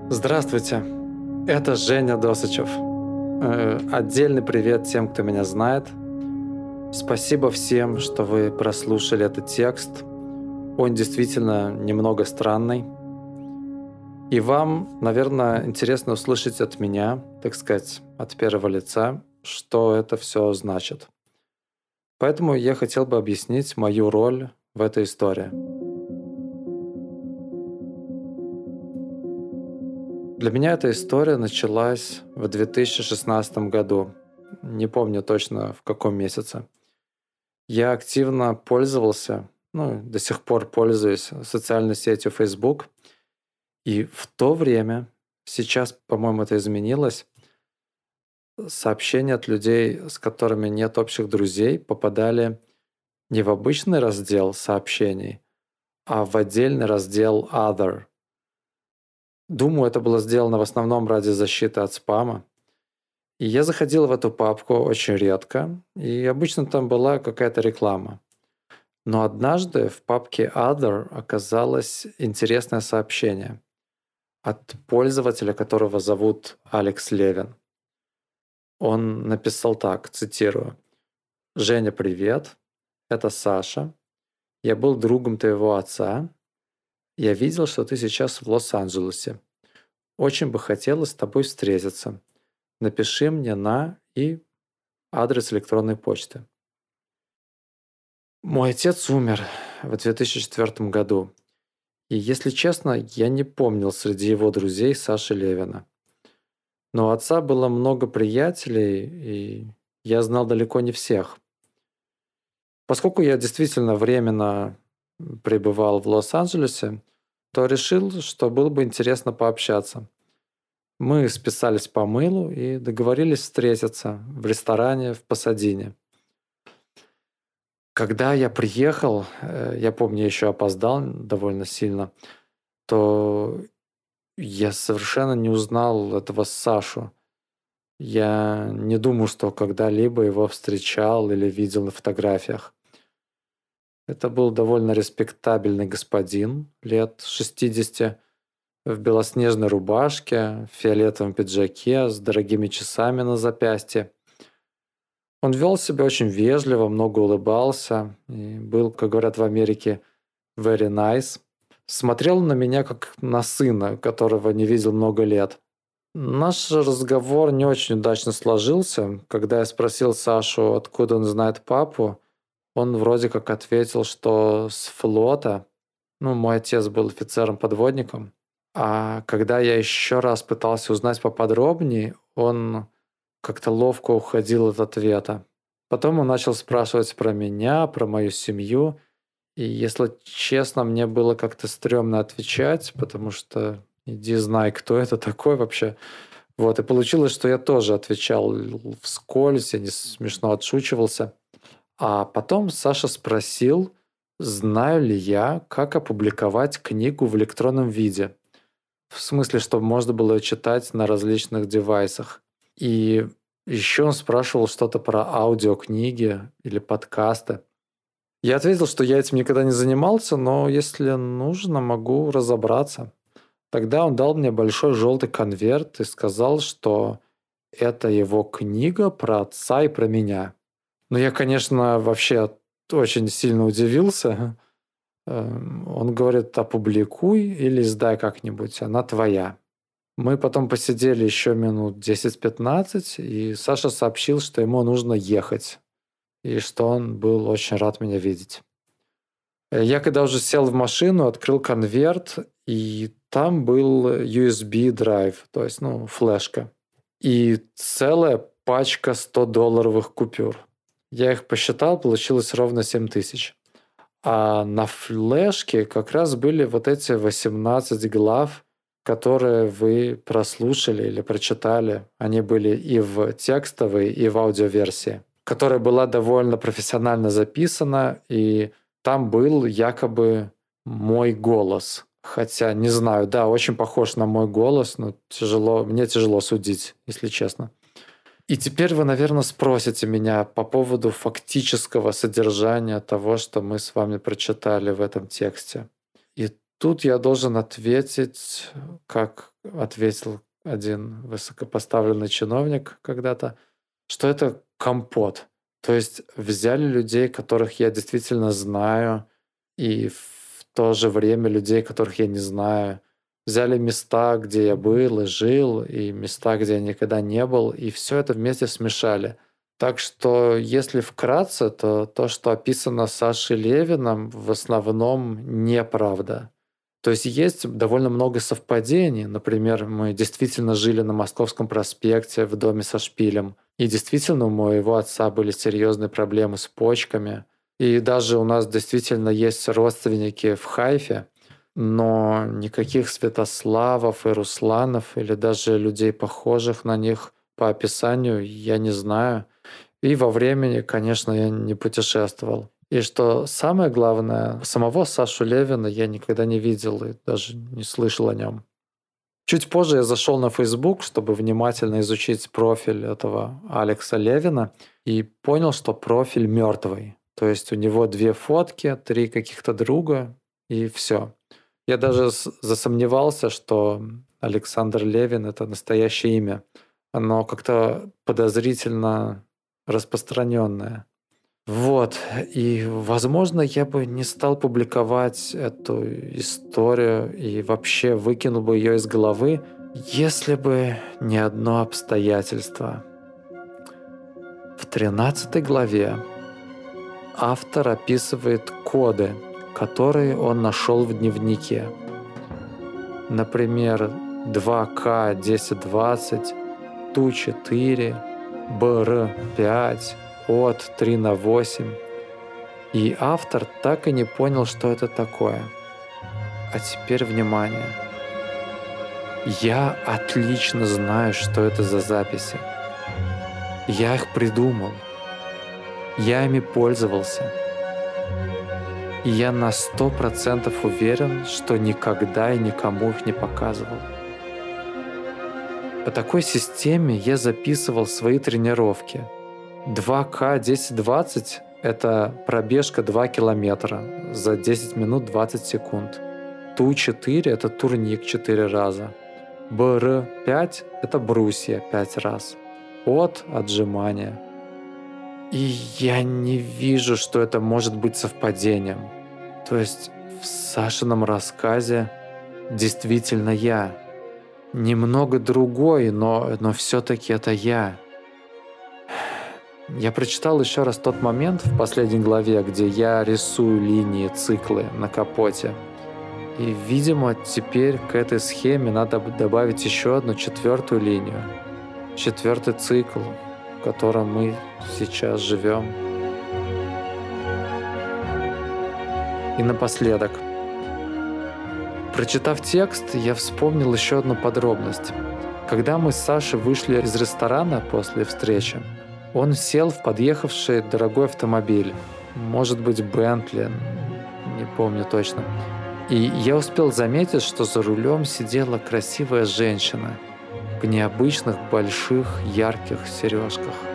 Здравствуйте, это Женя Досычев. Отдельный привет тем, кто меня знает. Спасибо всем, что вы прослушали этот текст. Он действительно немного странный. И вам, наверное, интересно услышать от меня, так сказать, от первого лица, что это все значит. Поэтому я хотел бы объяснить мою роль в этой истории. Для меня эта история началась в 2016 году. Не помню точно в каком месяце. Я активно пользовался, до сих пор пользуюсь социальной сетью Facebook. И в то время, сейчас, по-моему, это изменилось, сообщения от людей, с которыми нет общих друзей, попадали не в обычный раздел сообщений, а в отдельный раздел Other. Думаю, это было сделано в основном ради защиты от спама. И я заходил в эту папку очень редко, и обычно там была какая-то реклама. Но однажды в папке Other оказалось интересное сообщение от пользователя, которого зовут Алекс Левин. Он написал так, цитирую: «Женя, привет, это Саша. Я был другом твоего отца. Я видел, что ты сейчас в Лос-Анджелесе. Очень бы хотелось с тобой встретиться. Напиши мне на и адрес электронной почты». Мой отец умер в 2004 году. И, если честно, я не помнил среди его друзей Саши Левина. Но у отца было много приятелей, и я знал далеко не всех. Поскольку я действительно временно пребывал в Лос-Анджелесе, то решил, что было бы интересно пообщаться. Мы списались по мылу и договорились встретиться в ресторане в Пасадине. Когда я приехал, я помню, еще опоздал довольно сильно, то я совершенно не узнал этого Сашу. Я не думаю, что когда-либо его встречал или видел на фотографиях. Это был довольно респектабельный господин, лет 60, в белоснежной рубашке, в фиолетовом пиджаке, с дорогими часами на запястье. Он вел себя очень вежливо, много улыбался и был, как говорят в Америке, very nice. Смотрел на меня как на сына, которого не видел много лет. Наш разговор не очень удачно сложился. Когда я спросил Сашу, откуда он знает папу, он вроде как ответил, что с флота. Мой отец был офицером-подводником. А когда я еще раз пытался узнать поподробнее, он как-то ловко уходил от ответа. Потом он начал спрашивать про меня, про мою семью. И, если честно, мне было как-то стрёмно отвечать, потому что иди знай, кто это такой вообще. И получилось, что я тоже отвечал вскользь, я не смешно отшучивался. А потом Саша спросил, знаю ли я, как опубликовать книгу в электронном виде. В смысле, чтобы можно было ее читать на различных девайсах. И еще он спрашивал что-то про аудиокниги или подкасты. Я ответил, что я этим никогда не занимался, но если нужно, могу разобраться. Тогда он дал мне большой желтый конверт и сказал, что это его книга про отца и про меня. Я, конечно, вообще очень сильно удивился. Он говорит, опубликуй или издай как-нибудь, она твоя. Мы потом посидели еще минут 10-15, и Саша сообщил, что ему нужно ехать, и что он был очень рад меня видеть. Я когда уже сел в машину, открыл конверт, и там был USB-драйв, то есть, флешка, и целая пачка $100 купюр. Я их посчитал, получилось ровно 7000. А на флешке как раз были вот эти 18 глав, которые вы прослушали или прочитали. Они были и в текстовой, и в аудиоверсии, которая была довольно профессионально записана, и там был якобы мой голос. Хотя, не знаю, да, очень похож на мой голос, но мне тяжело судить, если честно. И теперь вы, наверное, спросите меня по поводу фактического содержания того, что мы с вами прочитали в этом тексте. И тут я должен ответить, как ответил один высокопоставленный чиновник когда-то, что это компот. То есть взяли людей, которых я действительно знаю, и в то же время людей, которых я не знаю. Взяли места, где я был и жил, и места, где я никогда не был, и все это вместе смешали. Так что, если вкратце, то, что описано Сашей Левиным, в основном неправда. То есть довольно много совпадений. Например, мы действительно жили на Московском проспекте в доме со шпилем. И действительно у моего отца были серьезные проблемы с почками. И даже у нас действительно есть родственники в Хайфе, но никаких Святославов и Русланов или даже людей, похожих на них по описанию, я не знаю. И во времени, конечно, я не путешествовал. И что самое главное, самого Сашу Левина я никогда не видел и даже не слышал о нем. Чуть позже я зашел на Facebook, чтобы внимательно изучить профиль этого Алекса Левина, и понял, что профиль мертвый. То есть у него 2 фотки, 3 каких-то друга, и все. Я даже засомневался, что Александр Левин — это настоящее имя. Оно как-то подозрительно распространенное. Вот. И, возможно, я бы не стал публиковать эту историю и вообще выкинул бы ее из головы, если бы не одно обстоятельство. В 13 главе автор описывает коды, которые он нашел в дневнике. Например, 2К1020, ТУ4, БР5, от 3/8. И автор так и не понял, что это такое. А теперь внимание. Я отлично знаю, что это за записи. Я их придумал. Я ими пользовался. И я на 100% уверен, что никогда и никому их не показывал. По такой системе я записывал свои тренировки. 2К1020 — это пробежка 2 километра за 10 минут 20 секунд. ТУ4 — это турник 4 раза. БР5 — это брусья 5 раз. От — отжимания. И я не вижу, что это может быть совпадением. То есть в Сашином рассказе действительно я. Немного другой, но все-таки это я. Я прочитал еще раз тот момент в последней главе, где я рисую линии, циклы на капоте. И, видимо, теперь к этой схеме надо добавить еще одну 4-ю линию. 4-й цикл, в котором мы сейчас живем. И напоследок. Прочитав текст, я вспомнил еще одну подробность. Когда мы с Сашей вышли из ресторана после встречи, он сел в подъехавший дорогой автомобиль, может быть, Бентли, не помню точно. И я успел заметить, что за рулем сидела красивая женщина в необычных больших ярких сережках.